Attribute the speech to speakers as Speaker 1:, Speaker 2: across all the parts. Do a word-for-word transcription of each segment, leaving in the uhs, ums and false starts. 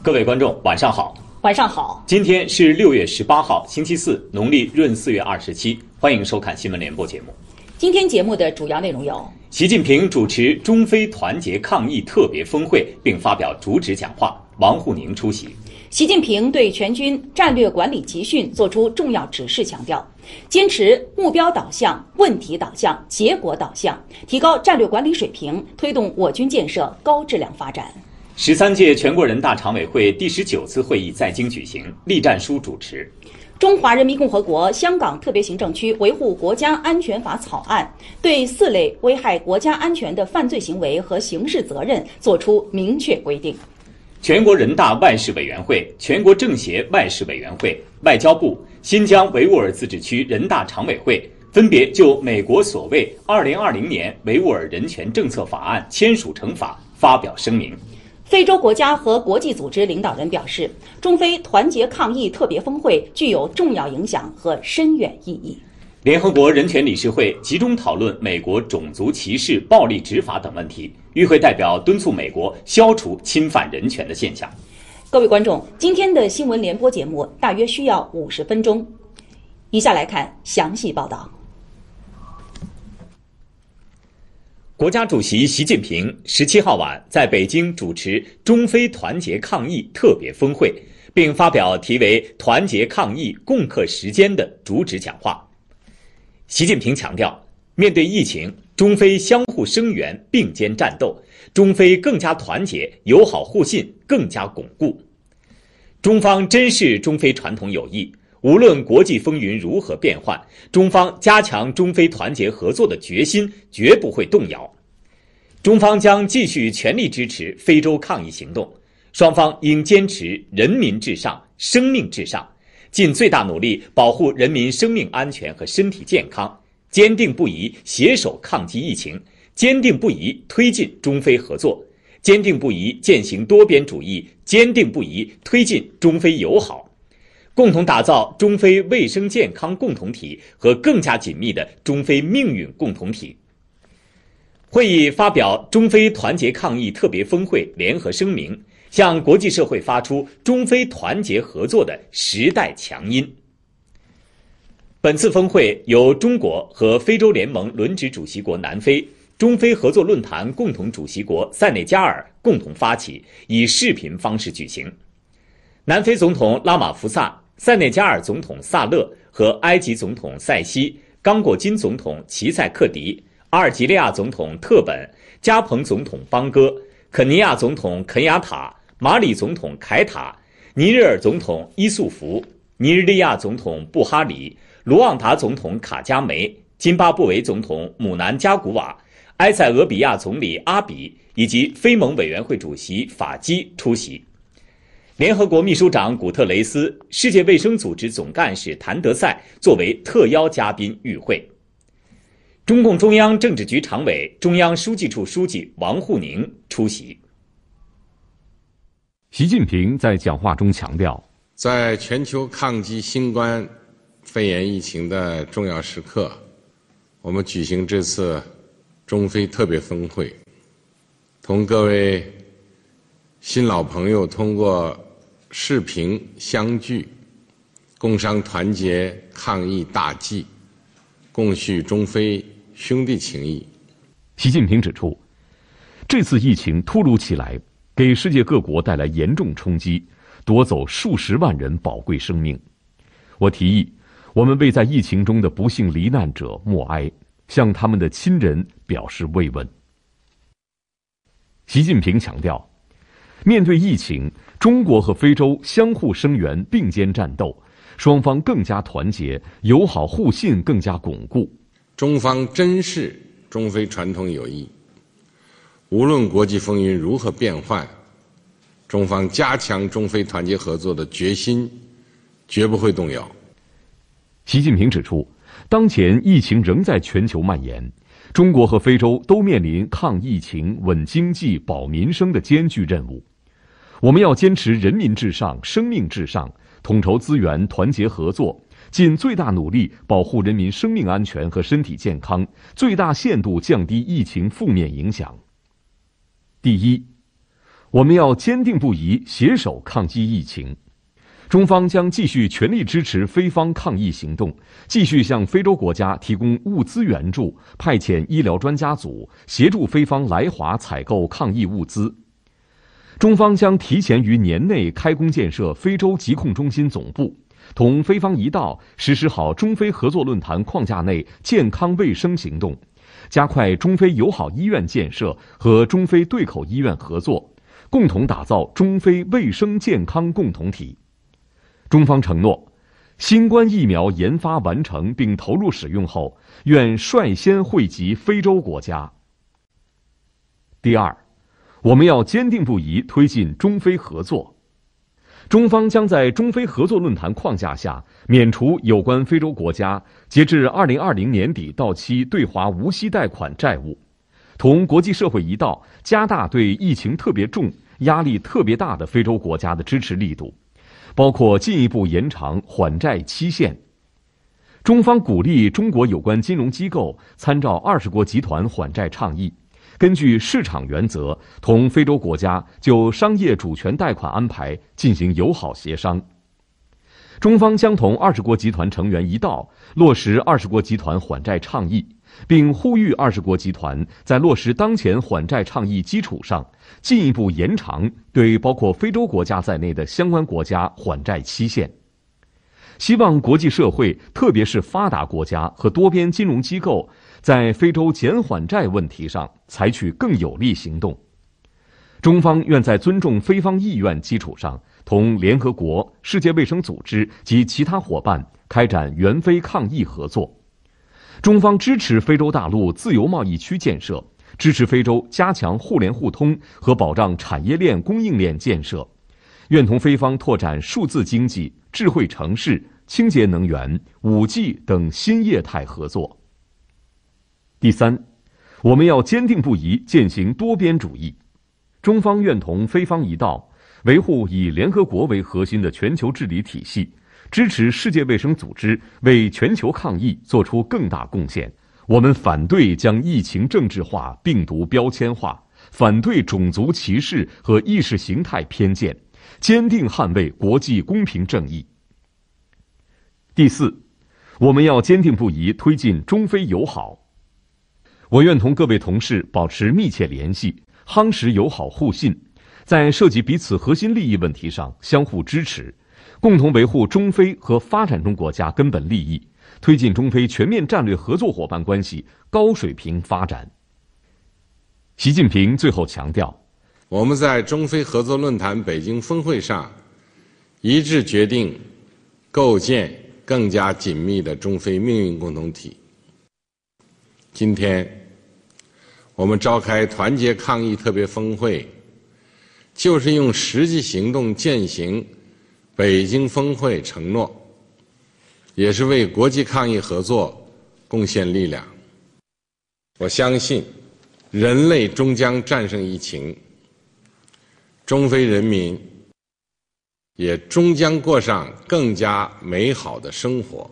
Speaker 1: 各位观众，晚上好。
Speaker 2: 晚上好。
Speaker 1: 今天是六月十八号，星期四，农历闰四月二十七。欢迎收看新闻联播节目。
Speaker 2: 今天节目的主要内容有：
Speaker 1: 习近平主持中非团结抗疫特别峰会并发表主旨讲话，王沪宁出席。
Speaker 2: 习近平对全军战略管理集训作出重要指示，强调坚持目标导向、问题导向、结果导向，提高战略管理水平，推动我军建设高质量发展。
Speaker 1: 十三届全国人大常委会第十九次会议在京举行，栗战书主持。
Speaker 2: 中华人民共和国香港特别行政区维护国家安全法草案对四类危害国家安全的犯罪行为和刑事责任作出明确规定。
Speaker 1: 全国人大外事委员会、全国政协外事委员会、外交部、新疆维吾尔自治区人大常委会分别就美国所谓二零二零年维吾尔人权政策法案签署成法发表声明。
Speaker 2: 非洲国家和国际组织领导人表示，中非团结抗疫特别峰会具有重要影响和深远意义。
Speaker 1: 联合国人权理事会集中讨论美国种族歧视、暴力执法等问题，与会代表敦促美国消除侵犯人权的现象。
Speaker 2: 各位观众，今天的新闻联播节目大约需要五十分钟，以下来看详细报道。
Speaker 1: 国家主席习近平十七号晚在北京主持中非团结抗疫特别峰会，并发表题为“团结抗疫，共克时艰”的主旨讲话。习近平强调，面对疫情，中非相互声援，并肩战斗，中非更加团结，友好互信更加巩固。中方珍视中非传统友谊，无论国际风云如何变幻，中方加强中非团结合作的决心绝不会动摇。中方将继续全力支持非洲抗疫行动，双方应坚持人民至上、生命至上，尽最大努力保护人民生命安全和身体健康，坚定不移携手抗击疫情，坚定不移推进中非合作，坚定不移践行多边主义，坚定不移推进中非友好，共同打造中非卫生健康共同体和更加紧密的中非命运共同体。会议发表中非团结抗疫特别峰会联合声明，向国际社会发出中非团结合作的时代强音。本次峰会由中国和非洲联盟轮值主席国南非、中非合作论坛共同主席国塞内加尔共同发起，以视频方式举行。南非总统拉马福萨、塞内加尔总统萨勒和埃及总统塞西、刚果金总统齐塞克迪、阿尔及利亚总统特本、加蓬总统邦戈、肯尼亚总统肯雅塔、马里总统凯塔、尼日尔总统伊素福、尼日利亚总统布哈里、卢旺达总统卡加梅、津巴布韦总统姆南加古瓦、埃塞俄比亚总理阿比以及非盟委员会主席法基出席。联合国秘书长古特雷斯、世界卫生组织总干事谭德赛作为特邀嘉宾与会。中共中央政治局常委、中央书记处书记王沪宁出席。
Speaker 3: 习近平在讲话中强调，
Speaker 4: 在全球抗击新冠肺炎疫情的重要时刻，我们举行这次中非特别峰会，同各位新老朋友通过视频相聚，共商团结抗疫大计，共叙中非兄弟情谊。
Speaker 3: 习近平指出，这次疫情突如其来，给世界各国带来严重冲击，夺走数十万人宝贵生命。我提议，我们为在疫情中的不幸罹难者默哀，向他们的亲人表示慰问。习近平强调，面对疫情，中国和非洲相互声援，并肩战斗，双方更加团结，友好互信更加巩固。
Speaker 4: 中方珍视中非传统友谊，无论国际风云如何变幻，中方加强中非团结合作的决心绝不会动摇。
Speaker 3: 习近平指出，当前疫情仍在全球蔓延，中国和非洲都面临抗疫情、稳经济、保民生的艰巨任务。我们要坚持人民至上、生命至上，统筹资源，团结合作，尽最大努力保护人民生命安全和身体健康，最大限度降低疫情负面影响。第一， 我们要坚定不移携手抗击疫情。中方将继续全力支持非方抗疫行动，继续向非洲国家提供物资援助，派遣医疗专家组协助非方来华采购抗疫物资。中方将提前于年内开工建设非洲疾控中心总部，同非方一道实施好中非合作论坛框架内健康卫生行动，加快中非友好医院建设和中非对口医院合作，共同打造中非卫生健康共同体。中方承诺，新冠疫苗研发完成并投入使用后，愿率先惠及非洲国家。第二，我们要坚定不移推进中非合作。中方将在中非合作论坛框架下，免除有关非洲国家截至二零二零年底到期对华无息贷款债务，同国际社会一道加大对疫情特别重、压力特别大的非洲国家的支持力度，包括进一步延长还债期限。中方鼓励中国有关金融机构参照二十国集团还债倡议，根据市场原则，同非洲国家就商业主权贷款安排进行友好协商。中方将同二十国集团成员一道落实二十国集团还债倡议，并呼吁二十国集团在落实当前还债倡议基础上，进一步延长对包括非洲国家在内的相关国家还债期限。希望国际社会，特别是发达国家和多边金融机构，在非洲减缓债问题上采取更有力行动。中方愿在尊重非方意愿基础上，同联合国、世界卫生组织及其他伙伴开展援非抗疫合作。中方支持非洲大陆自由贸易区建设，支持非洲加强互联互通和保障产业链供应链建设，愿同非方拓展数字经济、智慧城市、清洁能源、五 G 等新业态合作。第三，我们要坚定不移践行多边主义。中方愿同非方一道，维护以联合国为核心的全球治理体系，支持世界卫生组织为全球抗疫做出更大贡献。我们反对将疫情政治化、病毒标签化，反对种族歧视和意识形态偏见，坚定捍卫国际公平正义。第四，我们要坚定不移推进中非友好。我愿同各位同事保持密切联系，夯实友好互信，在涉及彼此核心利益问题上相互支持，共同维护中非和发展中国家根本利益，推进中非全面战略合作伙伴关系高水平发展。习近平最后强调，
Speaker 4: 我们在中非合作论坛北京峰会上一致决定构建更加紧密的中非命运共同体。今天我们召开团结抗疫特别峰会，就是用实际行动践行北京峰会承诺，也是为国际抗疫合作贡献力量。我相信人类终将战胜疫情，中非人民也终将过上更加美好的生活。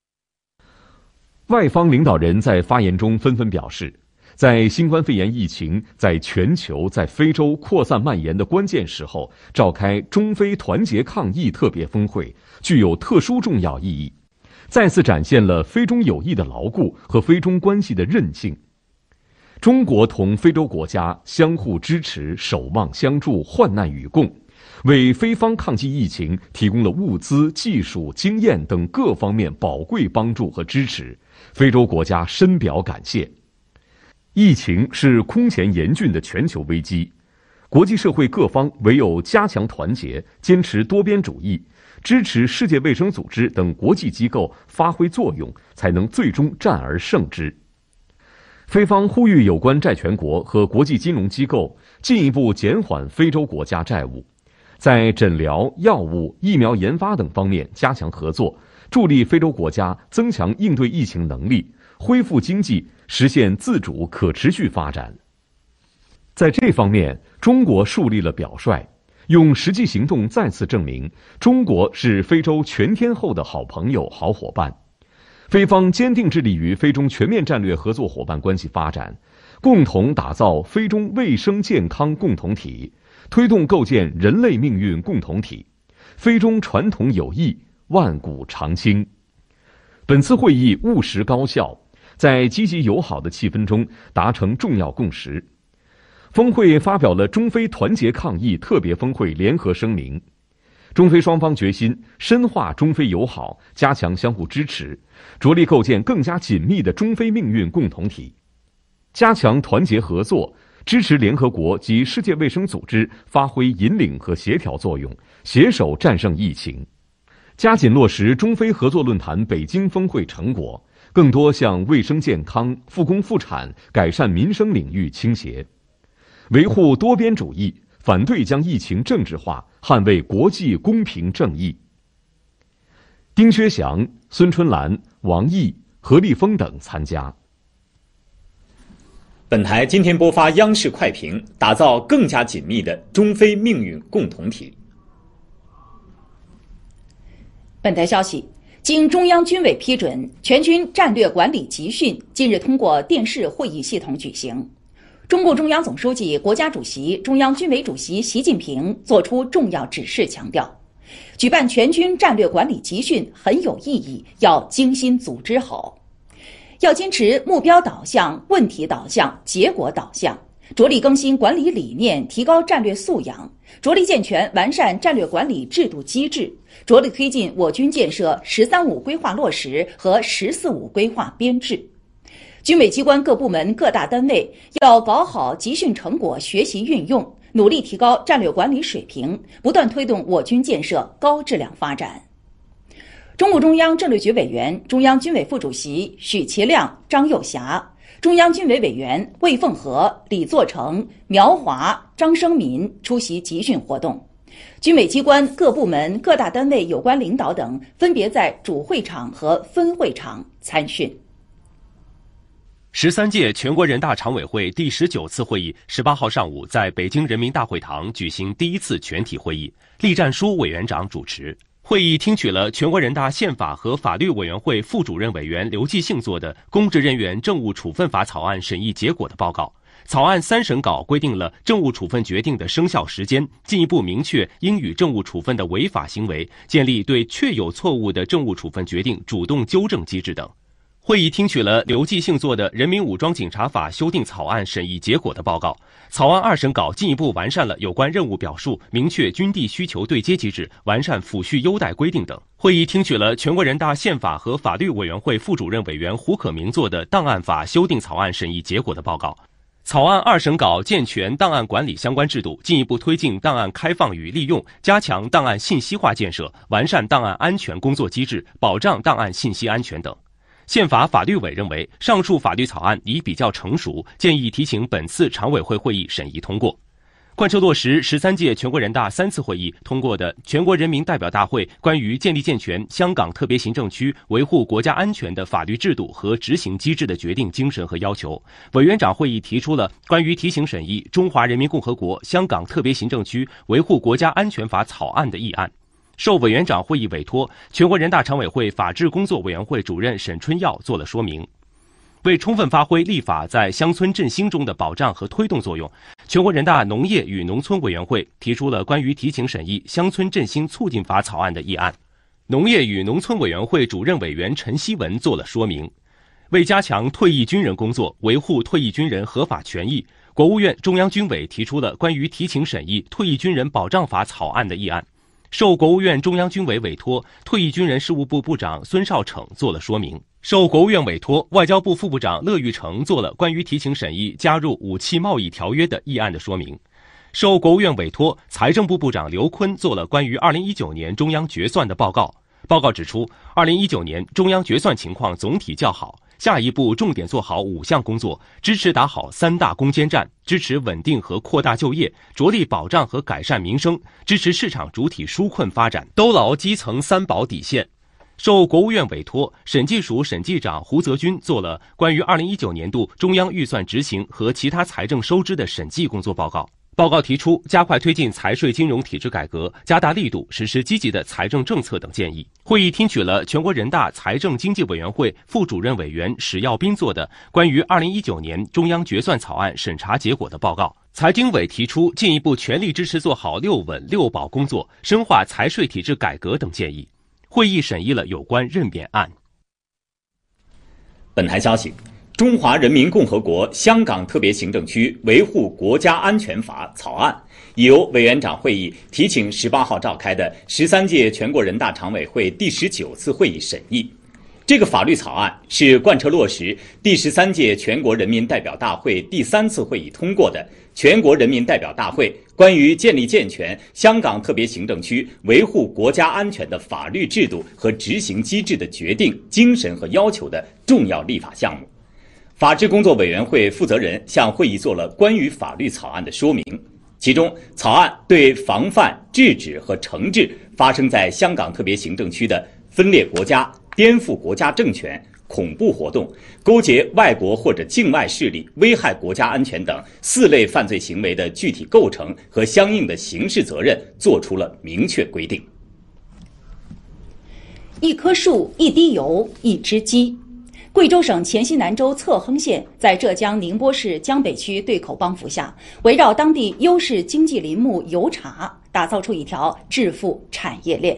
Speaker 3: 外方领导人在发言中纷纷表示，在新冠肺炎疫情在全球、在非洲扩散蔓延的关键时候，召开中非团结抗疫特别峰会，具有特殊重要意义，再次展现了非中友谊的牢固和非中关系的韧性。中国同非洲国家相互支持、守望相助、患难与共，为非方抗击疫情提供了物资、技术、经验等各方面宝贵帮助和支持，非洲国家深表感谢。疫情是空前严峻的全球危机，国际社会各方唯有加强团结，坚持多边主义，支持世界卫生组织等国际机构发挥作用，才能最终战而胜之。非方呼吁有关债权国和国际金融机构进一步减缓非洲国家债务，在诊疗、药物、疫苗研发等方面加强合作，助力非洲国家增强应对疫情能力，恢复经济，实现自主可持续发展。在这方面，中国树立了表率，用实际行动再次证明中国是非洲全天候的好朋友、好伙伴。非方坚定致力于非中全面战略合作伙伴关系发展，共同打造非中卫生健康共同体， 推动构建人类命运共同体，非中传统友谊，万古长青。本次会议务实高效，在积极友好的气氛中达成重要共识。峰会发表了中非团结抗疫特别峰会联合声明，中非双方决心深化中非友好，加强相互支持，着力构建更加紧密的中非命运共同体，加强团结合作，支持联合国及世界卫生组织发挥引领和协调作用，携手战胜疫情，加紧落实中非合作论坛北京峰会成果，更多向卫生健康、复工复产、改善民生领域倾斜，维护多边主义，反对将疫情政治化，捍卫国际公平正义。丁薛祥、孙春兰、王毅、何立峰等参加。
Speaker 1: 本台今天播发央视快评，打造更加紧密的中非命运共同体。
Speaker 2: 本台消息，经中央军委批准，全军战略管理集训近日通过电视会议系统举行。中共中央总书记、国家主席、中央军委主席习近平作出重要指示，强调，举办全军战略管理集训很有意义，要精心组织好，要坚持目标导向、问题导向、结果导向，着力更新管理理念，提高战略素养，着力健全完善战略管理制度机制，着力推进我军建设“十三五”规划落实和“十四五”规划编制。军委机关各部门各大单位要搞好集训成果学习运用，努力提高战略管理水平，不断推动我军建设高质量发展。中共中央政治局委员、中央军委副主席许其亮、张又侠，中央军委委员魏凤和、李作成、苗华、张生民出席集训活动。军委机关各部门各大单位有关领导等分别在主会场和分会场参训。
Speaker 5: 十三届全国人大常委会第十九次会议十八号上午在北京人民大会堂举行第一次全体会议，栗战书委员长主持。会议听取了全国人大宪法和法律委员会副主任委员刘继兴做的《公职人员政务处分法》草案审议结果的报告。草案三审稿规定了政务处分决定的生效时间，进一步明确应予政务处分的违法行为，建立对确有错误的政务处分决定主动纠正机制等。会议听取了刘继兴做的《人民武装警察法》修订草案审议结果的报告。草案二审稿进一步完善了有关任务表述，明确军地需求对接机制，完善抚恤优待规定等。会议听取了全国人大宪法和法律委员会副主任委员胡可明做的《档案法》修订草案审议结果的报告。草案二审稿健全档案管理相关制度，进一步推进档案开放与利用，加强档案信息化建设，完善档案安全工作机制，保障档案信息安全等。宪法法律委认为，上述法律草案已比较成熟，建议提请本次常委会会议审议通过。贯彻落实十三届全国人大三次会议通过的全国人民代表大会关于建立健全香港特别行政区维护国家安全的法律制度和执行机制的决定精神和要求，委员长会议提出了关于提请审议《中华人民共和国香港特别行政区维护国家安全法》草案的议案。受委员长会议委托，全国人大常委会法制工作委员会主任沈春耀做了说明。为充分发挥立法在乡村振兴中的保障和推动作用，全国人大农业与农村委员会提出了关于提请审议《乡村振兴促进法》草案的议案。农业与农村委员会主任委员陈希文做了说明。为加强退役军人工作，维护退役军人合法权益，国务院中央军委提出了关于提请审议《退役军人保障法》草案的议案。受国务院中央军委委托，退役军人事务部部长孙少逞做了说明。受国务院委托，外交部副部长乐玉成做了关于提请审议加入武器贸易条约的议案的说明。受国务院委托，财政部部长刘昆做了关于二零一九年中央决算的报告。报告指出，二零一九年中央决算情况总体较好，下一步重点做好五项工作，支持打好三大攻坚战，支持稳定和扩大就业，着力保障和改善民生，支持市场主体纾困发展，兜牢基层三保底线。受国务院委托，审计署审计长胡泽军做了关于二零一九年度中央预算执行和其他财政收支的审计工作报告。 报告提出，加快推进财税金融体制改革，加大力度实施积极的财政政策等建议。会议听取了全国人大财政经济委员会副主任委员史耀斌做的关于二零一九年中央决算草案审查结果的报告。财经委提出进一步全力支持做好六稳六保工作，深化财税体制改革等建议。会议审议了有关任免案。
Speaker 1: 本台消息，中华人民共和国香港特别行政区维护国家安全法草案已由委员长会议提请十八号召开的十三届全国人大常委会第十九次会议审议。这个法律草案是贯彻落实第十三届全国人民代表大会第三次会议通过的全国人民代表大会关于建立健全香港特别行政区维护国家安全的法律制度和执行机制的决定、精神和要求的重要立法项目。法制工作委员会负责人向会议做了关于法律草案的说明，其中草案对防范、制止和惩治发生在香港特别行政区的分裂国家、颠覆国家政权、恐怖活动、勾结外国或者境外势力危害国家安全等四类犯罪行为的具体构成和相应的刑事责任作出了明确规定。
Speaker 2: 一棵树，一滴油，一只鸡。贵州省黔西南州侧亨县在浙江宁波市江北区对口帮扶下，围绕当地优势经济林木油茶，打造出一条致富产业链。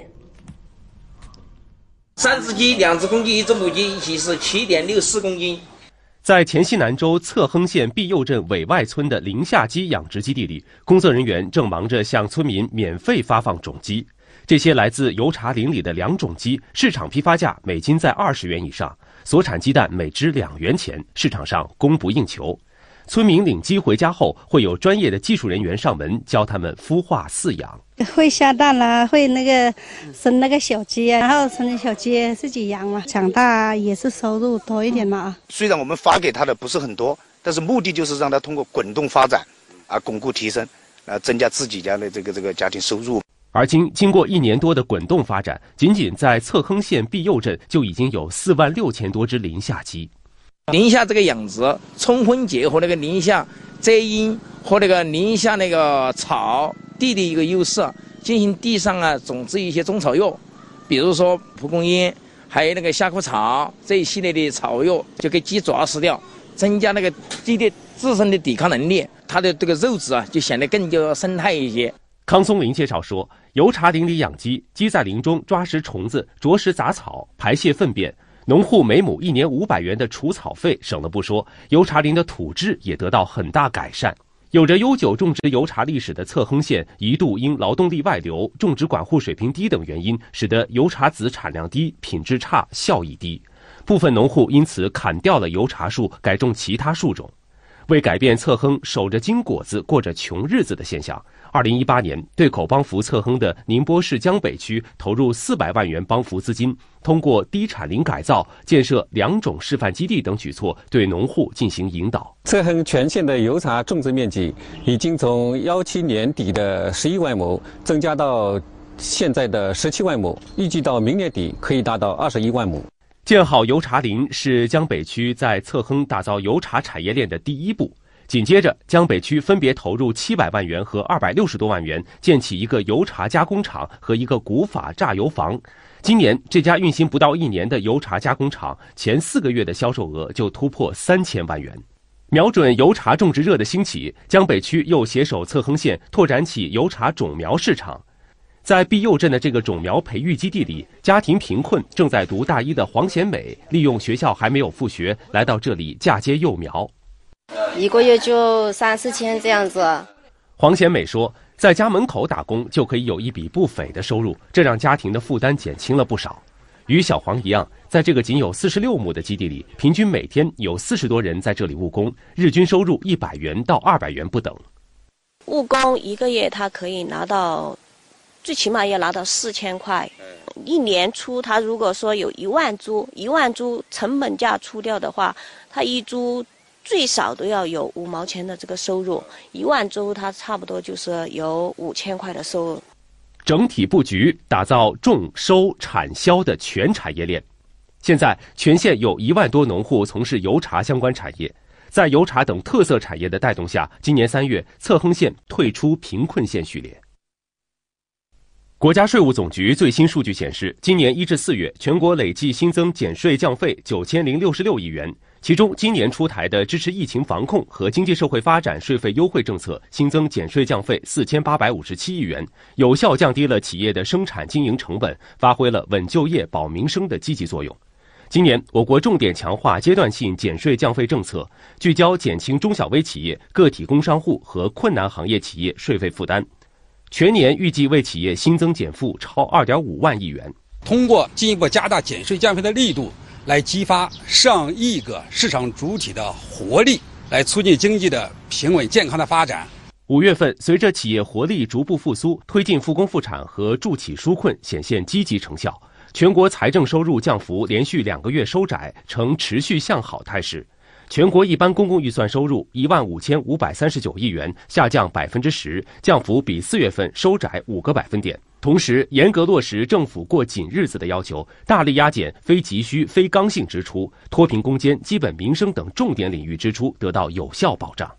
Speaker 6: 三只鸡、两只公鸡、一只母鸡，一起是七点六四公斤。
Speaker 5: 在黔西南州侧亨县碧佑镇尾外村的林下鸡养殖基地里，工作人员正忙着向村民免费发放种鸡。这些来自油茶林里的两种鸡，市场批发价每斤在二十元以上，所产鸡蛋每只两元钱，市场上供不应求。村民领鸡回家后，会有专业的技术人员上门教他们孵化饲养。
Speaker 7: 会下蛋啦，会那个生那个小鸡啊，然后生的小鸡自己养嘛，长大也是收入多一点嘛。
Speaker 8: 虽然我们发给他的不是很多，但是目的就是让他通过滚动发展，啊，巩固提升，啊，增加自己家的这个这个家庭收入。
Speaker 5: 而今经过一年多的滚动发展，仅仅在侧亨县碧佑镇就已经有四万六千多只林下鸡。
Speaker 6: 林下这个养殖，充分结合那个林下遮阴和那个林下那个草地的一个优势，进行地上啊种植一些中草药，比如说蒲公英，还有那个夏枯草这一系列的草药，就给鸡抓死掉，增加那个鸡的自身的抵抗能力，它的这个肉质啊就显得更加生态一些。
Speaker 5: 康松林介绍说，油茶林里养鸡，鸡在林中抓食虫子、啄食杂草、排泄粪便，农户每亩一年五百元的除草费省了不说，油茶林的土质也得到很大改善。有着悠久种植油茶历史的侧亨县，一度因劳动力外流、种植管护水平低等原因，使得油茶籽产量低、品质差、效益低。部分农户因此砍掉了油茶树，改种其他树种。为改变侧亨守着金果子过着穷日子的现象，二零一八年对口帮扶侧亨的宁波市江北区投入四百万元帮扶资金，通过低产林改造、建设两种示范基地等举措，对农户进行引导。
Speaker 9: 侧亨全县的油茶种植面积已经从幺七年底的十一万亩增加到现在的十七万亩，预计到明年底可以达到二十一万亩。
Speaker 5: 建好油茶林是江北区在侧亨打造油茶产业链的第一步。紧接着，江北区分别投入七百万元和二百六十多万元，建起一个油茶加工厂和一个古法榨油坊。今年，这家运行不到一年的油茶加工厂前四个月的销售额就突破三千万元。瞄准油茶种植热的兴起，江北区又携手侧亨县拓展起油茶种苗市场。在碧佑镇的这个种苗培育基地里，家庭贫困正在读大一的黄贤美，利用学校还没有复学，来到这里嫁接幼苗。
Speaker 10: 一个月就三四千这样子。
Speaker 5: 黄贤美说，在家门口打工就可以有一笔不菲的收入，这让家庭的负担减轻了不少。与小黄一样，在这个仅有四十六亩的基地里，平均每天有四十多人在这里务工，日均收入一百元到二百元不等。
Speaker 10: 务工一个月他可以拿到，最起码要拿到四千块。一年出他如果说有一万株，一万株成本价出掉的话，他一株最少都要有五毛钱的这个收入，一万株它差不多就是有五千块的收入。
Speaker 5: 整体布局打造种收产销的全产业链。现在全县有一万多农户从事油茶相关产业。 在油茶等特色产业的带动下，今年三月，侧亨县退出贫困县序列。国家税务总局最新数据显示，今年一至四月，全国累计新增减税降费九千零六十六亿元，其中今年出台的支持疫情防控和经济社会发展税费优惠政策新增减税降费四千八百五十七亿元，有效降低了企业的生产经营成本，发挥了稳就业、保民生的积极作用。今年，我国重点强化阶段性减税降费政策，聚焦减轻中小微企业、个体工商户和困难行业企业税费负担。全年预计为企业新增减负超 二点五万亿元。
Speaker 11: 通过进一步加大减税降费的力度，来激发上亿个市场主体的活力，来促进经济的平稳健康的发展。
Speaker 5: 五月份，随着企业活力逐步复苏，推进复工复产和助企纾困显现积极成效。全国财政收入降幅连续两个月收窄，呈持续向好态势。全国一般公共预算收入一万五千五百三十九亿元，下降百分之十，降幅比四月份收窄五个百分点。同时，严格落实政府过紧日子的要求，大力压减非急需、非刚性支出，脱贫攻坚、基本民生等重点领域支出得到有效保障。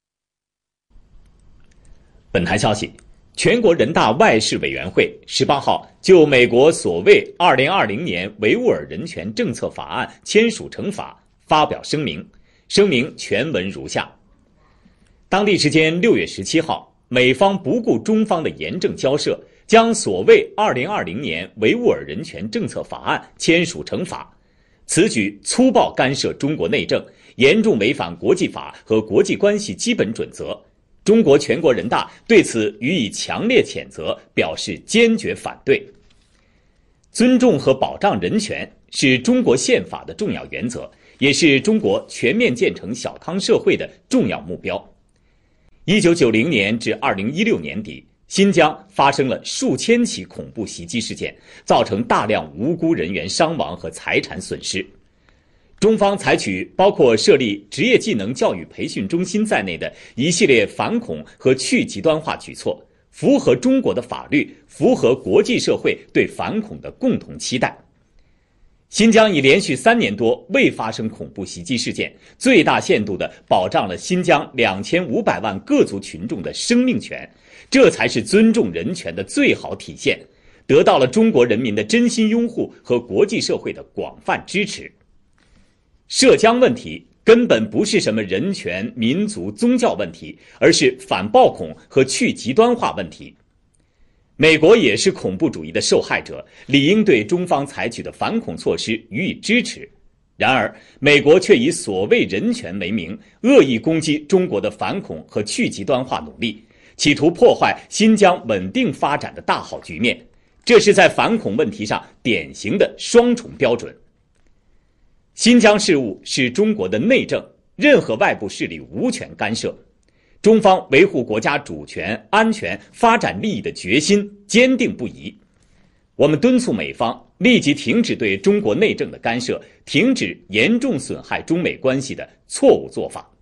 Speaker 1: 本台消息，全国人大外事委员会十八号就美国所谓二零二零年维吾尔人权政策法案签署成法发表声明，声明全文如下：当地时间六月十七号，美方不顾中方的严正交涉，将所谓二零二零年维吾尔人权政策法案签署成法，此举粗暴干涉中国内政，严重违反国际法和国际关系基本准则。中国全国人大对此予以强烈谴责，表示坚决反对。尊重和保障人权是中国宪法的重要原则，也是中国全面建成小康社会的重要目标。一九九零年至二零一六年底，新疆发生了数千起恐怖袭击事件，造成大量无辜人员伤亡和财产损失。中方采取包括设立职业技能教育培训中心在内的一系列反恐和去极端化举措，符合中国的法律，符合国际社会对反恐的共同期待。新疆已连续三年多未发生恐怖袭击事件，最大限度地保障了新疆两千五百万各族群众的生命权，这才是尊重人权的最好体现，得到了中国人民的真心拥护和国际社会的广泛支持。涉疆问题根本不是什么人权、民族、宗教问题，而是反暴恐和去极端化问题。美国也是恐怖主义的受害者，理应对中方采取的反恐措施予以支持。然而，美国却以所谓人权为名，恶意攻击中国的反恐和去极端化努力，企图破坏新疆稳定发展的大好局面。这是在反恐问题上典型的双重标准。新疆事务是中国的内政，任何外部势力无权干涉。中方维护国家主权、安全、发展利益的决心坚定不移。我们敦促美方立即停止对中国内政的干涉，停止严重损害中美关系的错误做法。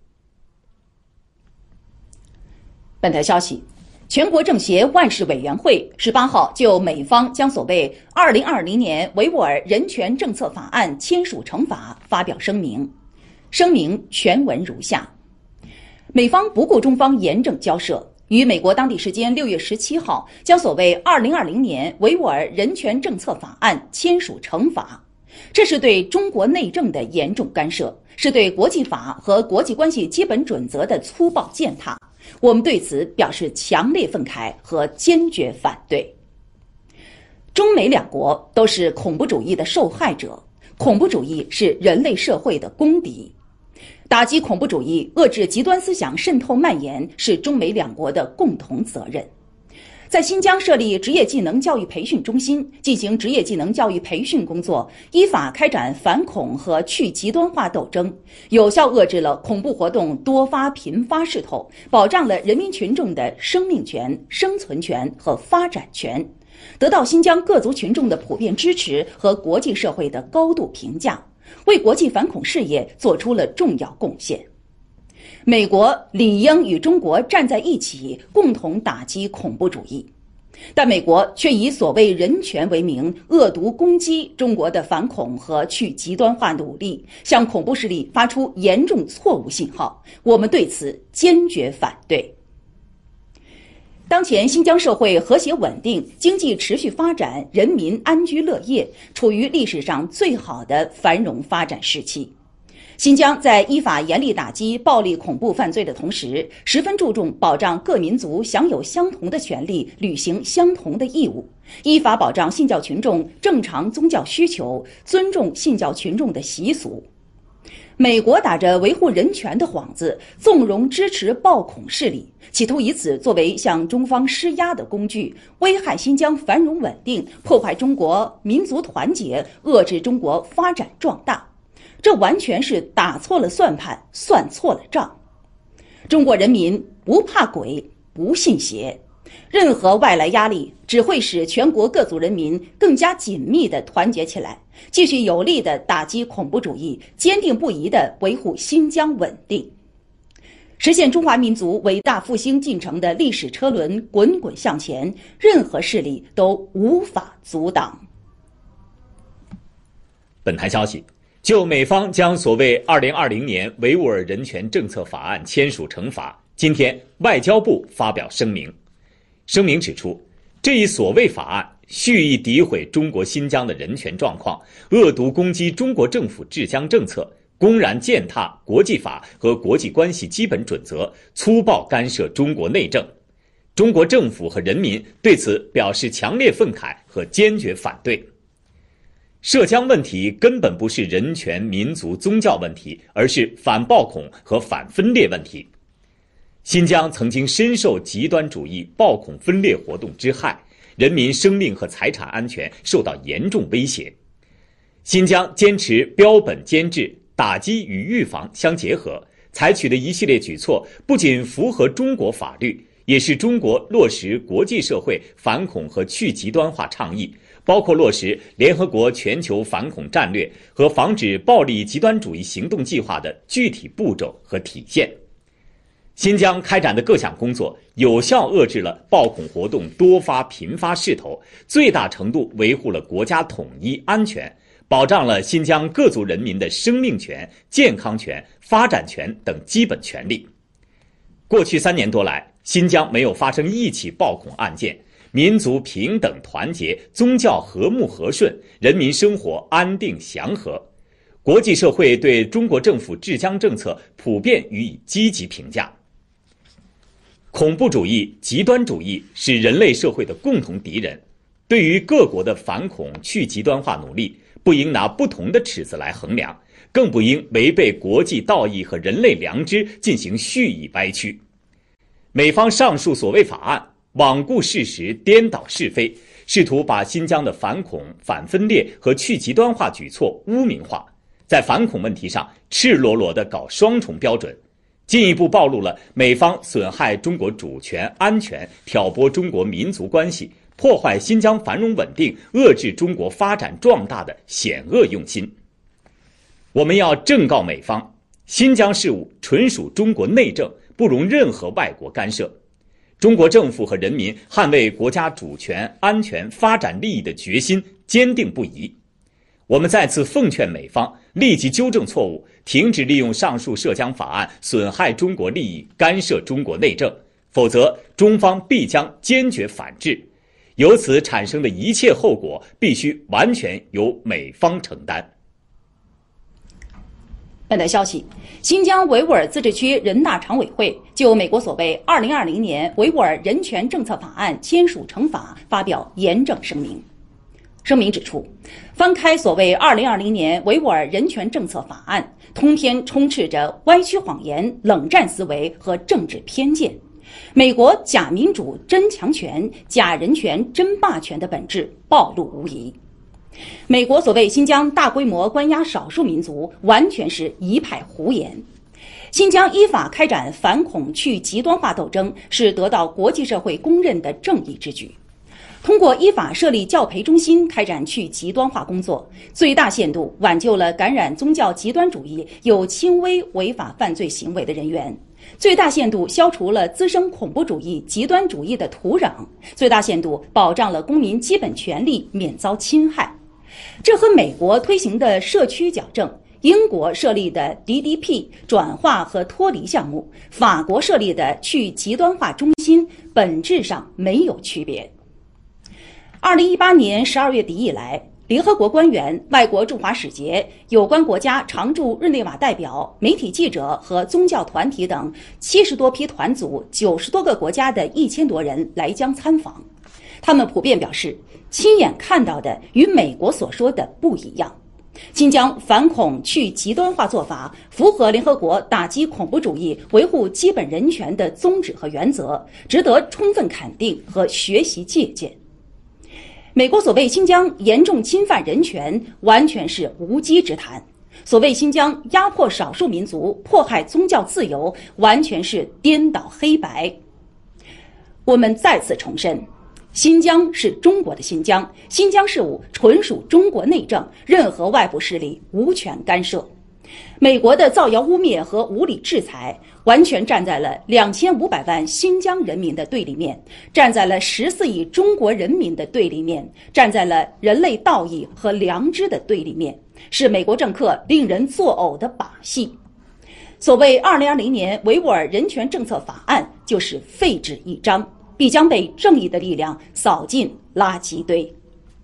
Speaker 2: 本台消息，全国政协外事委员会十八号就美方将所谓二零二零年维吾尔人权政策法案签署成法发表声明，声明全文如下：美方不顾中方严正交涉，于美国当地时间六月十七号将所谓二零二零年维吾尔人权政策法案签署成法，这是对中国内政的严重干涉，是对国际法和国际关系基本准则的粗暴践踏。我们对此表示强烈愤慨和坚决反对。中美两国都是恐怖主义的受害者，恐怖主义是人类社会的公敌。打击恐怖主义、遏制极端思想渗透蔓延是中美两国的共同责任。在新疆设立职业技能教育培训中心，进行职业技能教育培训工作，依法开展反恐和去极端化斗争，有效遏制了恐怖活动多发频发势头，保障了人民群众的生命权、生存权和发展权，得到新疆各族群众的普遍支持和国际社会的高度评价，为国际反恐事业做出了重要贡献。美国理应与中国站在一起，共同打击恐怖主义。 但美国却以所谓人权为名，恶毒攻击中国的反恐和去极端化努力，向恐怖势力发出严重错误信号。我们对此坚决反对。当前新疆社会和谐稳定，经济持续发展，人民安居乐业，处于历史上最好的繁荣发展时期。新疆在依法严厉打击暴力恐怖犯罪的同时，十分注重保障各民族享有相同的权利，履行相同的义务，依法保障信教群众正常宗教需求，尊重信教群众的习俗。美国打着维护人权的幌子，纵容支持暴恐势力，企图以此作为向中方施压的工具，危害新疆繁荣稳定，破坏中国民族团结，遏制中国发展壮大。这完全是打错了算盘，算错了账。中国人民不怕鬼，不信邪，任何外来压力只会使全国各族人民更加紧密地团结起来，继续有力地打击恐怖主义，坚定不移地维护新疆稳定，实现中华民族伟大复兴进程的历史车轮滚滚向前，任何势力都无法阻挡。
Speaker 1: 本台消息，就美方将所谓二零二零年维吾尔人权政策法案签署成法，今天外交部发表声明。声明指出，这一所谓法案蓄意诋毁中国新疆的人权状况，恶毒攻击中国政府治疆政策，公然践踏国际法和国际关系基本准则，粗暴干涉中国内政。中国政府和人民对此表示强烈愤慨和坚决反对。涉疆问题根本不是人权、民族、宗教问题，而是反暴恐和反分裂问题。新疆曾经深受极端主义暴恐分裂活动之害，人民生命和财产安全受到严重威胁。新疆坚持标本兼治，打击与预防相结合，采取的一系列举措不仅符合中国法律，也是中国落实国际社会反恐和去极端化倡议，包括落实联合国全球反恐战略和防止暴力极端主义行动计划的具体步骤和体现。新疆开展的各项工作有效遏制了暴恐活动多发频发势头，最大程度维护了国家统一安全，保障了新疆各族人民的生命权、健康权、发展权等基本权利。过去三年多来，新疆没有发生一起暴恐案件，民族平等团结，宗教和睦和顺，人民生活安定祥和。国际社会对中国政府治疆政策普遍予以积极评价。恐怖主义、极端主义是人类社会的共同敌人，对于各国的反恐去极端化努力，不应拿不同的尺子来衡量，更不应违背国际道义和人类良知进行蓄意歪曲。美方上述所谓法案罔顾事实，颠倒是非，试图把新疆的反恐、反分裂和去极端化举措污名化，在反恐问题上赤裸裸地搞双重标准，进一步暴露了美方损害中国主权安全、挑拨中国民族关系、破坏新疆繁荣稳定、遏制中国发展壮大的险恶用心。我们要正告美方，新疆事务纯属中国内政，不容任何外国干涉。中国政府和人民捍卫国家主权、安全、发展利益的决心坚定不移。我们再次奉劝美方立即纠正错误，停止利用上述涉疆法案损害中国利益、干涉中国内政，否则中方必将坚决反制。由此产生的一切后果必须完全由美方承担。
Speaker 2: 本台消息，新疆维吾尔自治区人大常委会就美国所谓二零二零年维吾尔人权政策法案签署成法发表严正声明。声明指出，翻开所谓二零二零年维吾尔人权政策法案，通篇充斥着歪曲谎言、冷战思维和政治偏见。美国假民主真强权、假人权真霸权的本质暴露无遗。美国所谓新疆大规模关押少数民族，完全是一派胡言。新疆依法开展反恐去极端化斗争，是得到国际社会公认的正义之举。通过依法设立教培中心开展去极端化工作，最大限度挽救了感染宗教极端主义有轻微违法犯罪行为的人员， 最大限度消除了滋生恐怖主义、极端主义的土壤，最大限度保障了公民基本权利免遭侵害。这和美国推行的社区矫正、英国设立的 D D P 转化和脱离项目、法国设立的去极端化中心本质上没有区别。二零一八年十二月底以来，联合国官员、外国驻华使节、有关国家常驻日内瓦代表、媒体记者和宗教团体等七十多批团组、九十多个国家的一千多人来疆参访。他们普遍表示，亲眼看到的与美国所说的不一样。新疆反恐去极端化做法符合联合国打击恐怖主义、维护基本人权的宗旨和原则，值得充分肯定和学习借鉴。美国所谓新疆严重侵犯人权，完全是无稽之谈；所谓新疆压迫少数民族、迫害宗教自由，完全是颠倒黑白。我们再次重申，新疆是中国的新疆，新疆事务纯属中国内政，任何外部势力无权干涉。美国的造谣污蔑和无理制裁，完全站在了两千五百万新疆人民的对立面，站在了十四亿中国人民的对立面，站在了人类道义和良知的对立面，是美国政客令人作呕的把戏。所谓二零二零年维吾尔人权政策法案就是废纸一张，必将被正义的力量扫进垃圾堆。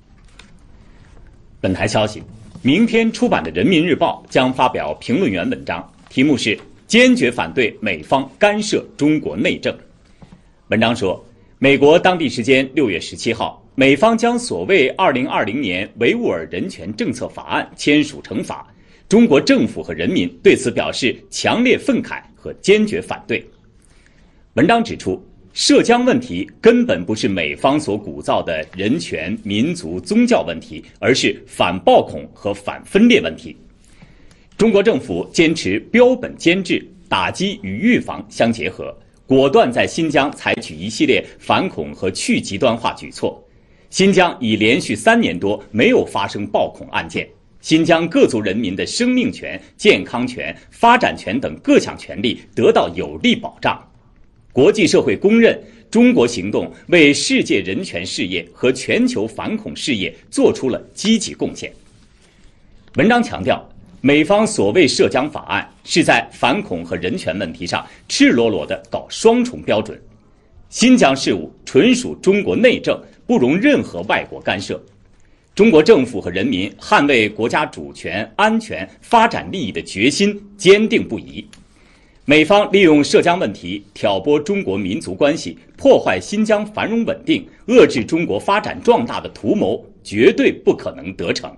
Speaker 1: 本台消息，明天出版的《人民日报》将发表评论员文章，题目是坚决反对美方干涉中国内政。文章说，美国当地时间六月十七号，美方将所谓二零二零年维吾尔人权政策法案签署成法，中国政府和人民对此表示强烈愤慨和坚决反对。文章指出，涉疆问题根本不是美方所鼓噪的人权、民族、宗教问题，而是反暴恐和反分裂问题。中国政府坚持标本兼治，打击与预防相结合，果断在新疆采取一系列反恐和去极端化举措。新疆已连续三年多没有发生暴恐案件，新疆各族人民的生命权、健康权、发展权等各项权利得到有力保障。国际社会公认，中国行动为世界人权事业和全球反恐事业做出了积极贡献。文章强调，美方所谓涉疆法案是在反恐和人权问题上赤裸裸地搞双重标准。新疆事务纯属中国内政，不容任何外国干涉。中国政府和人民捍卫国家主权、安全、发展利益的决心坚定不移。美方利用涉疆问题挑拨中国民族关系，破坏新疆繁荣稳定，遏制中国发展壮大的图谋，绝对不可能得逞。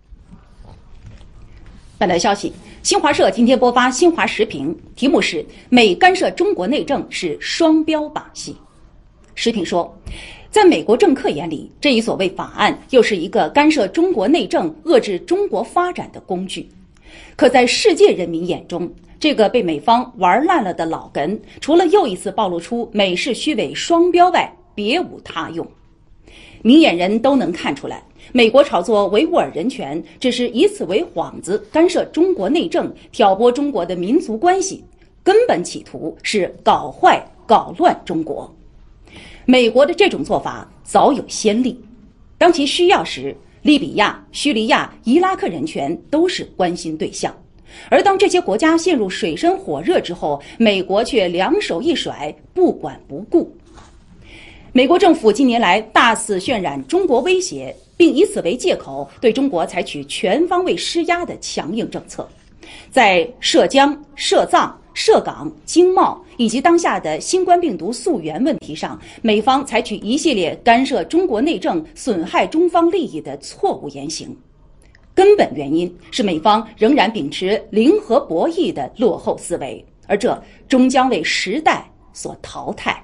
Speaker 2: 本台消息，新华社今天播发新华时评，题目是“美干涉中国内政是双标把戏”。时评说，在美国政客眼里，这一所谓法案又是一个干涉中国内政、遏制中国发展的工具；可在世界人民眼中，这个被美方玩烂了的老梗，除了又一次暴露出美式虚伪双标外，别无他用。明眼人都能看出来，美国炒作维吾尔人权，只是以此为幌子，干涉中国内政，挑拨中国的民族关系，根本企图是搞坏、搞乱中国。美国的这种做法早有先例，当其需要时，利比亚、叙利亚、伊拉克人权都是关心对象。而当这些国家陷入水深火热之后，美国却两手一甩，不管不顾。美国政府近年来大肆渲染中国威胁，并以此为借口对中国采取全方位施压的强硬政策。在涉疆、涉藏、涉港、经贸以及当下的新冠病毒溯源问题上，美方采取一系列干涉中国内政、损害中方利益的错误言行。根本原因是美方仍然秉持零和博弈的落后思维，而这终将为时代所淘汰。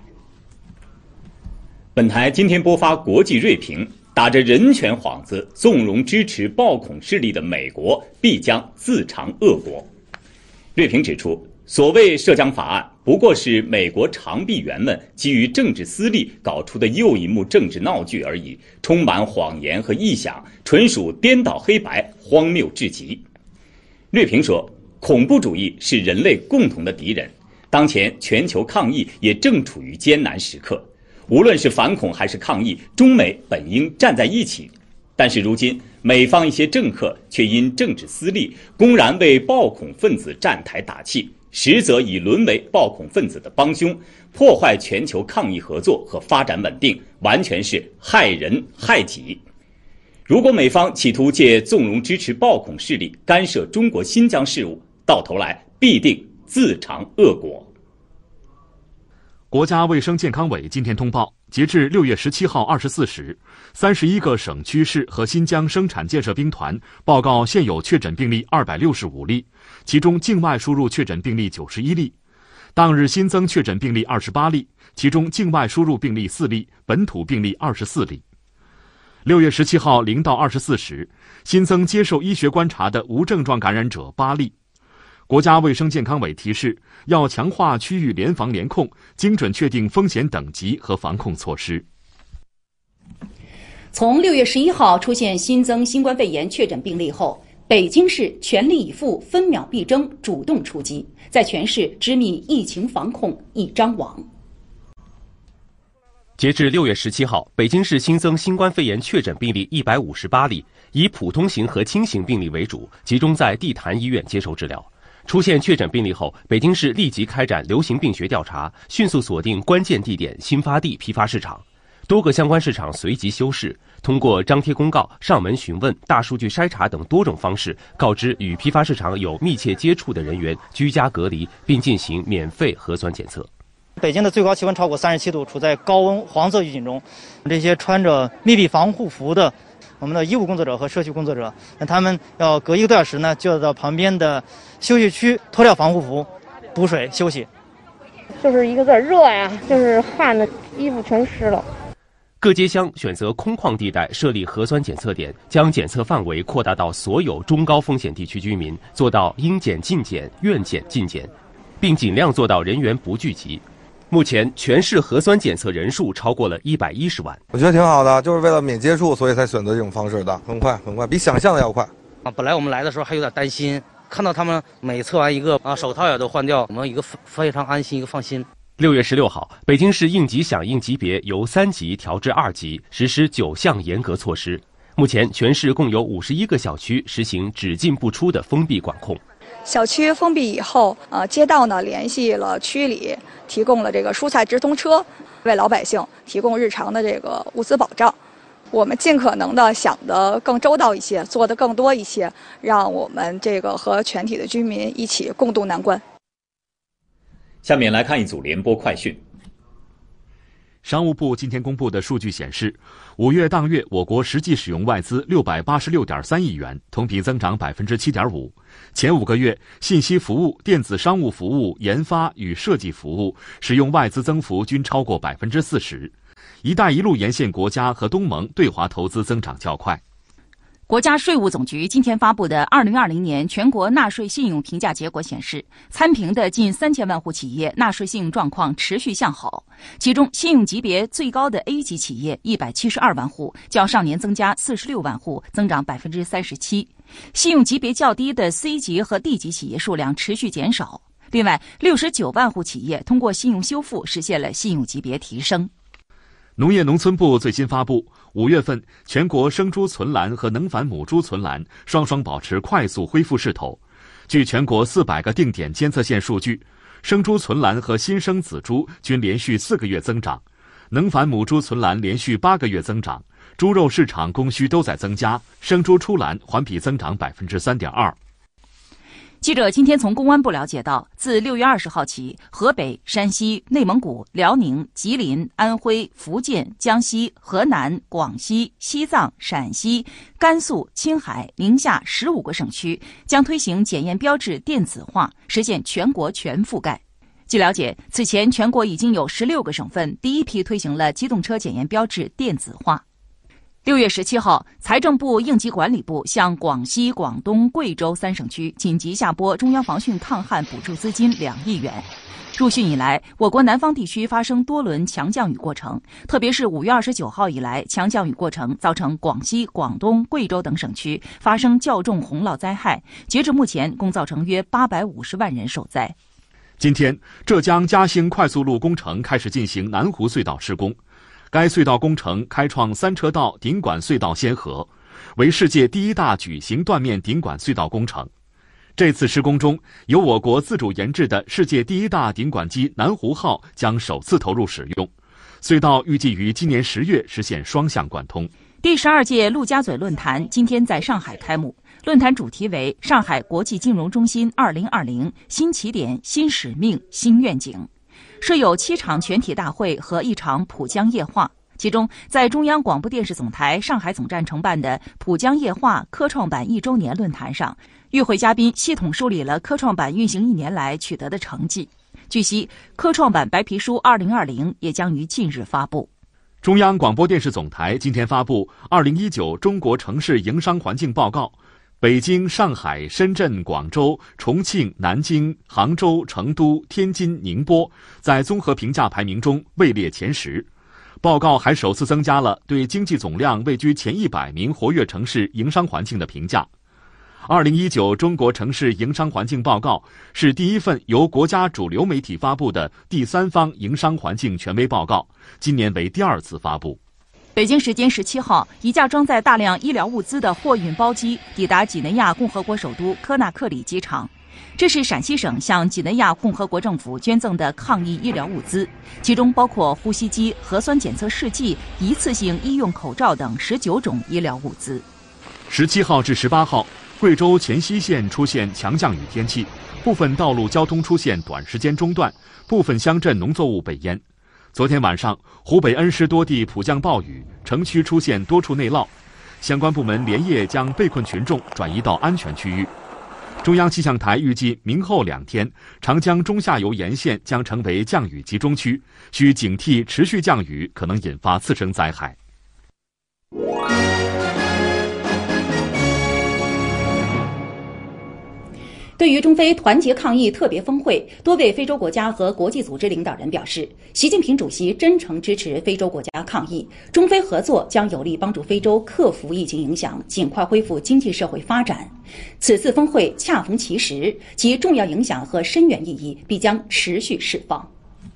Speaker 1: 本台今天播发国际锐评，打着人权幌子纵容支持暴恐势力的美国必将自尝恶果。锐评指出，所谓涉疆法案不过是美国长臂猿们基于政治私利搞出的又一幕政治闹剧而已，充满谎言和臆想，纯属颠倒黑白，荒谬至极。锐评说，恐怖主义是人类共同的敌人， 当前全球抗疫也正处于艰难时刻，无论是反恐还是抗疫，中美本应站在一起。但是如今，美方一些政客却因政治私利，公然为暴恐分子站台打气，实则已沦为暴恐分子的帮凶，破坏全球抗疫合作和发展稳定，完全是害人害己。如果美方企图借纵容支持暴恐势力干涉中国新疆事务，到头来必定自尝恶果。
Speaker 3: 国家卫生健康委今天通报，截至六月十七号二十四时，三十一个省区市和新疆生产建设兵团报告现有确诊病例二百六十五例，其中境外输入确诊病例九十一例。当日新增确诊病例二十八例，其中境外输入病例四例，本土病例二十四例。六月十七号零到二十四时，新增接受医学观察的无症状感染者八例。国家卫生健康委提示，要强化区域联防联控，精准确定风险等级和防控措施。
Speaker 2: 从六月十一号出现新增新冠肺炎确诊病例后，北京市全力以赴、分秒必争，主动出击，在全市织密疫情防控一张网。
Speaker 5: 截至六月十七号，北京市新增新冠肺炎确诊病例一百五十八例，以普通型和轻型病例为主，集中在地坛医院接受治疗。出现确诊病例后，北京市立即开展流行病学调查，迅速锁定关键地点新发地批发市场，多个相关市场随即休市，通过张贴公告、上门询问、大数据筛查等多种方式，告知与批发市场有密切接触的人员居家隔离，并进行免费核酸检测。
Speaker 12: 北京的最高气温超过三十七度，处在高温黄色预警中。这些穿着密闭防护服的我们的医务工作者和社区工作者，那他们要隔一个多小时呢，就要到旁边的休息区脱掉防护服，补水休息。
Speaker 13: 就是一个字热呀，就是汗的衣服全湿了。
Speaker 5: 各街乡选择空旷地带设立核酸检测点，将检测范围扩大到所有中高风险地区居民，做到应检尽检、愿检尽检，并尽量做到人员不聚集。目前全市核酸检测人数超过了一百一十万，
Speaker 14: 我觉得挺好的，就是为了免接触，所以才选择这种方式的，很快很快，比想象的要快。
Speaker 12: 啊，本来我们来的时候还有点担心，看到他们每测完一个啊，手套也都换掉，我们一个非常安心，一个放心。
Speaker 5: 六月十六号，北京市应急响应级别由三级调至二级，实施九项严格措施。目前全市共有五十一个小区实行只进不出的封闭管控。
Speaker 15: 小区封闭以后，呃，街道呢联系了区里，提供了这个蔬菜直通车，为老百姓提供日常的这个物资保障。我们尽可能的想得更周到一些，做得更多一些，让我们这个和全体的居民一起共度难关。
Speaker 1: 下面来看一组联播快讯。
Speaker 3: 商务部今天公布的数据显示，五月当月我国实际使用外资六百八十六点三亿元，同比增长百分之七点五。前五个月，信息服务、电子商务服务、研发与设计服务使用外资增幅均超过百分之四十。一带一路沿线国家和东盟对华投资增长较快。
Speaker 2: 国家税务总局今天发布的二零二零年全国纳税信用评价结果显示，参评的近三千万户企业纳税信用状况持续向好，其中信用级别最高的 A 级企业一百七十二万户，较上年增加四十六万户，增长百分之三十七。信用级别较低的 C 级和 D 级企业数量持续减少。另外，六十九万户企业通过信用修复实现了信用级别提升。
Speaker 3: 农业农村部最新发布，五月份全国生猪存栏和能繁母猪存栏双双保持快速恢复势头。据全国四百个定点监测线数据，生猪存栏和新生仔猪均连续四个月增长，能繁母猪存栏连续八个月增长，猪肉市场供需都在增加，生猪出栏环比增长百分之三点二。
Speaker 2: 记者今天从公安部了解到，自六月二十号起，河北、山西、内蒙古、辽宁、吉林、安徽、福建、江西、河南、广西、西藏、陕西、甘肃、青海、宁夏十五个省区将推行检验标志电子化，实现全国全覆盖。据了解，此前全国已经有十六个省份第一批推行了机动车检验标志电子化。六月十七号，财政部应急管理部向广西、广东、贵州三省区紧急下拨中央防汛抗旱补助资金两亿元。入汛以来，我国南方地区发生多轮强降雨过程，特别是五月二十九号以来，强降雨过程造成广西、广东、贵州等省区发生较重洪涝灾害，截至目前共造成约八百五十万人受灾。
Speaker 16: 今天，浙江嘉兴快速路工程开始进行南湖隧道施工，该隧道工程开创三车道顶管隧道先河，为世界第一大矩形断面顶管隧道工程。这次施工中，由我国自主研制的世界第一大顶管机南湖号将首次投入使用，隧道预计于今年十月实现双向贯通。
Speaker 2: 第十二届陆家嘴论坛今天在上海开幕，论坛主题为上海国际金融中心二零二零新起点、新使命、新愿景，设有七场全体大会和一场浦江夜话。其中，在中央广播电视总台上海总站承办的浦江夜话科创板一周年论坛上，与会嘉宾系统梳理了科创板运行一年来取得的成绩。据悉，科创板白皮书二零二零也将于近日发布。
Speaker 16: 中央广播电视总台今天发布《二零一九中国城市营商环境报告》，北京、上海、深圳、广州、重庆、南京、杭州、成都、天津、宁波在综合评价排名中位列前十。报告还首次增加了对经济总量位居前一百名活跃城市营商环境的评价。二零一九中国城市营商环境报告是第一份由国家主流媒体发布的第三方营商环境权威报告，今年为第二次发布。
Speaker 2: 北京时间十七号，一架装载大量医疗物资的货运包机抵达几内亚共和国首都科纳克里机场。这是陕西省向几内亚共和国政府捐赠的抗疫医疗物资，其中包括呼吸机、核酸检测试剂、一次性医用口罩等十九种医疗物资。
Speaker 16: 十七号至十八号，贵州黔西县出现强降雨天气，部分道路交通出现短时间中断，部分乡镇农作物被淹。昨天晚上，湖北恩施多地普降暴雨，城区出现多处内涝，相关部门连夜将被困群众转移到安全区域。中央气象台预计明后两天，长江中下游沿线将成为降雨集中区，需警惕持续降雨可能引发次生灾害。
Speaker 2: 对于中非团结抗疫特别峰会，多位非洲国家和国际组织领导人表示，习近平主席真诚支持非洲国家抗疫，中非合作将有力帮助非洲克服疫情影响，尽快恢复经济社会发展。此次峰会恰逢其时，其重要影响和深远意义必将持续释放。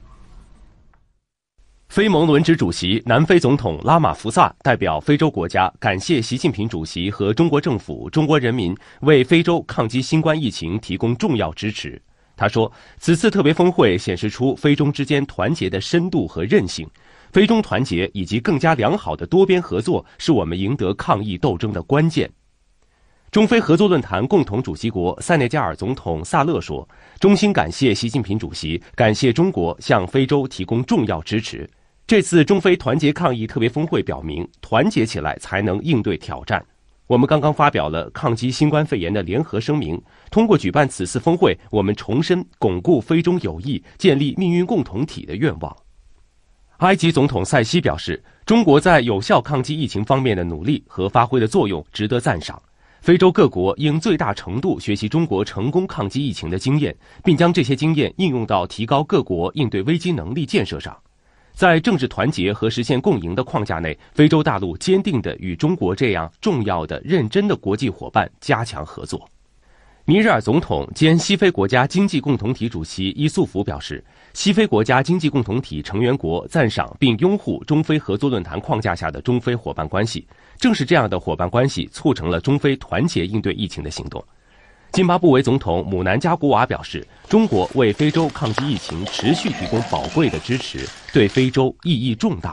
Speaker 5: 非盟轮值主席南非总统拉马福萨代表非洲国家感谢习近平主席和中国政府、中国人民为非洲抗击新冠疫情提供重要支持。他说，此次特别峰会显示出非中之间团结的深度和韧性，非中团结以及更加良好的多边合作是我们赢得抗疫斗争的关键。中非合作论坛共同主席国塞内加尔总统萨勒说，衷心感谢习近平主席，感谢中国向非洲提供重要支持。这次中非团结抗疫特别峰会表明，团结起来才能应对挑战。我们刚刚发表了抗击新冠肺炎的联合声明，通过举办此次峰会，我们重申巩固非中友谊、建立命运共同体的愿望。埃及总统塞西表示，中国在有效抗击疫情方面的努力和发挥的作用值得赞赏。非洲各国应最大程度学习中国成功抗击疫情的经验，并将这些经验应用到提高各国应对危机能力建设上。在政治团结和实现共赢的框架内，非洲大陆坚定地与中国这样重要的、认真的国际伙伴加强合作。尼日尔总统兼西非国家经济共同体主席伊素福表示，西非国家经济共同体成员国赞赏并拥护中非合作论坛框架下的中非伙伴关系，正是这样的伙伴关系促成了中非团结应对疫情的行动。津巴布韦总统姆南加古瓦表示，中国为非洲抗击疫情持续提供宝贵的支持，对非洲意义重大。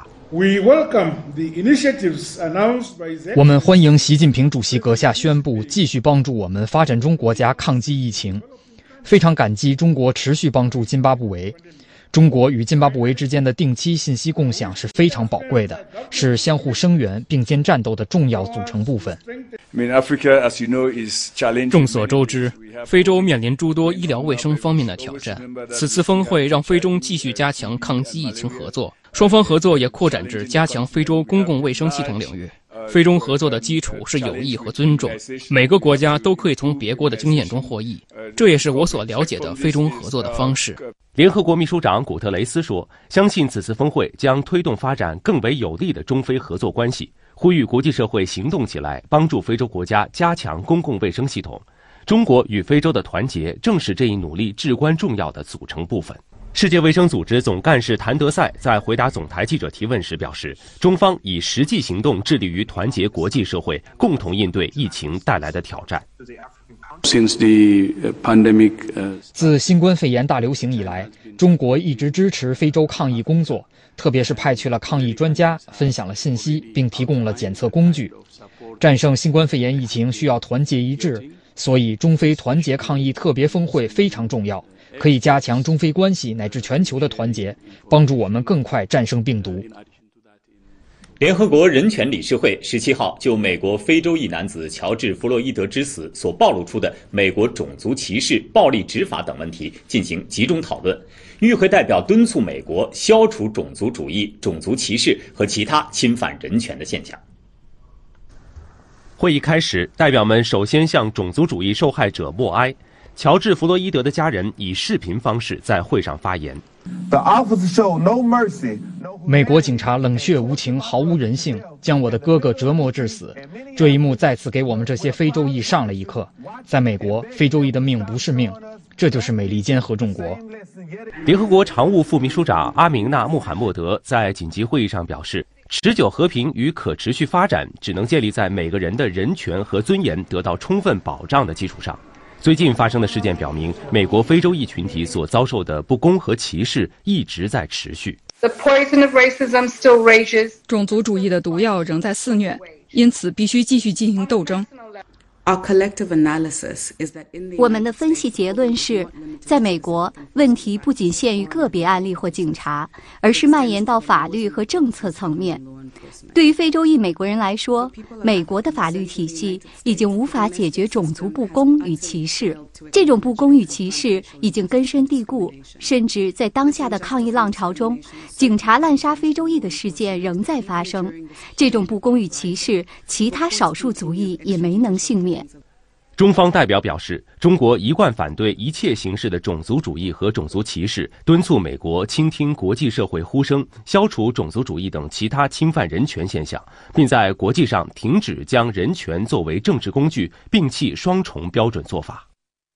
Speaker 17: 我们欢迎习近平主席阁下宣布继续帮助我们发展中国家抗击疫情，非常感激中国持续帮助津巴布韦。中国与津巴布韦之间的定期信息共享是非常宝贵的，是相互声援、并肩战斗的重要组成部分。
Speaker 18: 众所周知，非洲面临诸多医疗卫生方面的挑战。此次峰会让非中继续加强抗击疫情合作，双方合作也扩展至加强非洲公共卫生系统领域。非中合作的基础是友谊和尊重，每个国家都可以从别国的经验中获益，这也是我所了解的非中合作的方式。
Speaker 5: 联合国秘书长古特雷斯说，相信此次峰会将推动发展更为有利的中非合作关系，呼吁国际社会行动起来，帮助非洲国家加强公共卫生系统。 中国与非洲的团结正是这一努力至关重要的组成部分。世界卫生组织总干事谭德赛在回答总台记者提问时表示，中方以实际行动致力于团结国际社会，共同应对疫情带来的挑战。
Speaker 17: 自新冠肺炎大流行以来，中国一直支持非洲抗疫工作，特别是派去了抗疫专家，分享了信息，并提供了检测工具。战胜新冠肺炎疫情需要团结一致，所以中非团结抗疫特别峰会非常重要，可以加强中非关系乃至全球的团结，帮助我们更快战胜病毒。
Speaker 1: 联合国人权理事会十七号就美国非洲裔男子乔治·弗洛伊德之死所暴露出的美国种族歧视、暴力执法等问题进行集中讨论。与会代表敦促美国消除种族主义、种族歧视和其他侵犯人权的现象。
Speaker 5: 会议开始，代表们首先向种族主义受害者默哀。乔治·弗洛伊德的家人以视频方式在会上发言。
Speaker 17: 美国警察冷血无情，毫无人性，将我的哥哥折磨致死。这一幕再次给我们这些非洲裔上了一课。在美国，非洲裔的命不是命，这就是美利坚合众国。
Speaker 5: 联合国常务副秘书长阿明纳·穆罕默德在紧急会议上表示，持久和平与可持续发展只能建立在每个人的人权和尊严得到充分保障的基础上。最近发生的事件表明，美国非洲裔群体所遭受的不公和歧视一直在持续。
Speaker 19: 种族主义的毒药仍在肆虐，因此必须继续进行斗争。
Speaker 20: 我们的分析结论是，在美国，问题不仅限于个别案例或警察，而是蔓延到法律和政策层面。对于非洲裔美国人来说，美国的法律体系已经无法解决种族不公与歧视。这种不公与歧视已经根深蒂固，甚至在当下的抗议浪潮中，警察滥杀非洲裔的事件仍在发生。这种不公与歧视，其他少数族裔也没能幸免。
Speaker 5: 中方代表表示，中国一贯反对一切形式的种族主义和种族歧视，敦促美国倾听国际社会呼声，消除种族主义等其他侵犯人权现象，并在国际上停止将人权作为政治工具，摒弃双重标准做法。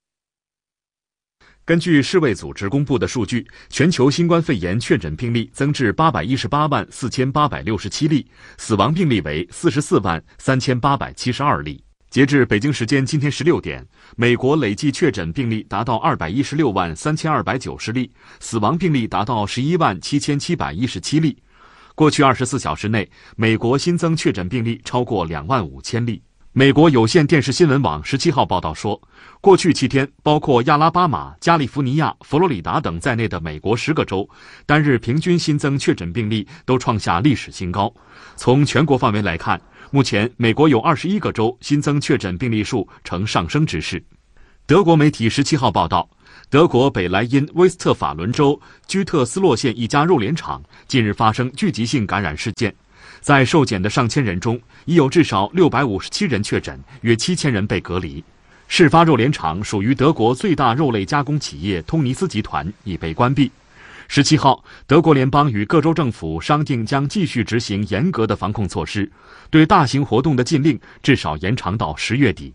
Speaker 16: 根据世卫组织公布的数据，全球新冠肺炎确诊病例增至八百一十八万四千八百六十七例，死亡病例为四十四万三千八百七十二例。截至北京时间今天十六点，美国累计确诊病例达到二百一十六万三千二百九十例，死亡病例达到十一万七千七百一十七例。过去二十四小时内，美国新增确诊病例超过两万五千例。美国有线电视新闻网十七号报道说，过去七天，包括亚拉巴马、加利福尼亚、佛罗里达等在内的美国十个州，单日平均新增确诊病例都创下历史新高。从全国范围来看，目前美国有二十一个州新增确诊病例数呈上升之势。德国媒体十七号报道，德国北莱茵威斯特法伦州居特斯洛县一家肉联厂近日发生聚集性感染事件，在受检的上千人中，已有至少六百五十七人确诊，约七千人被隔离。事发肉联厂属于德国最大肉类加工企业通尼斯集团，已被关闭。十七号，德国联邦与各州政府商定将继续执行严格的防控措施，对大型活动的禁令至少延长到十月底。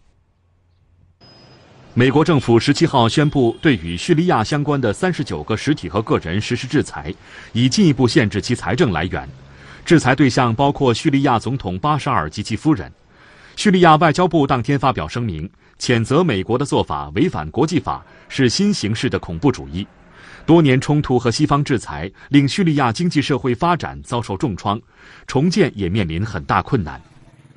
Speaker 16: 美国政府十七号宣布，对与叙利亚相关的三十九个实体和个人实施制裁，以进一步限制其财政来源。制裁对象包括叙利亚总统巴沙尔及其夫人。叙利亚外交部当天发表声明，谴责美国的做法违反国际法，是新形式的恐怖主义。多年冲突和西方制裁令叙利亚经济社会发展遭受重创，重建也面临很大困难。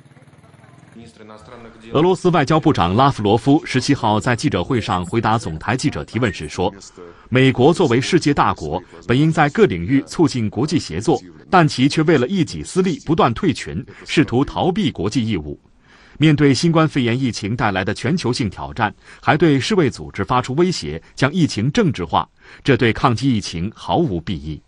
Speaker 16: 俄罗斯外交部长拉夫罗夫十七号在记者会上回答总台记者提问时说，美国作为世界大国，本应在各领域促进国际协作，但其却为了一己私利不断退群，试图逃避国际义务。面对新冠肺炎疫情带来的全球性挑战，还对世卫组织发出威胁，将疫情政治化，这对抗击疫情毫无裨益。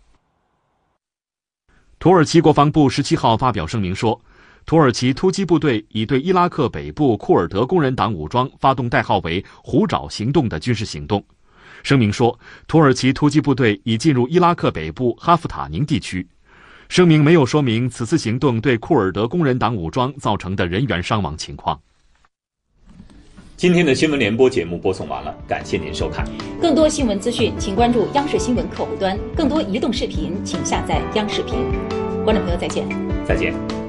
Speaker 16: 土耳其国防部十七号发表声明说，土耳其突击部队已对伊拉克北部库尔德工人党武装发动代号为“虎爪行动”的军事行动。声明说，土耳其突击部队已进入伊拉克北部哈夫塔宁地区。声明没有说明此次行动对库尔德工人党武装造成的人员伤亡情况。
Speaker 1: 今天的新闻联播节目播送完了，感谢您收看。
Speaker 2: 更多新闻资讯，请关注央视新闻客户端；更多移动视频，请下载央视频。观众朋友，再见。
Speaker 1: 再见。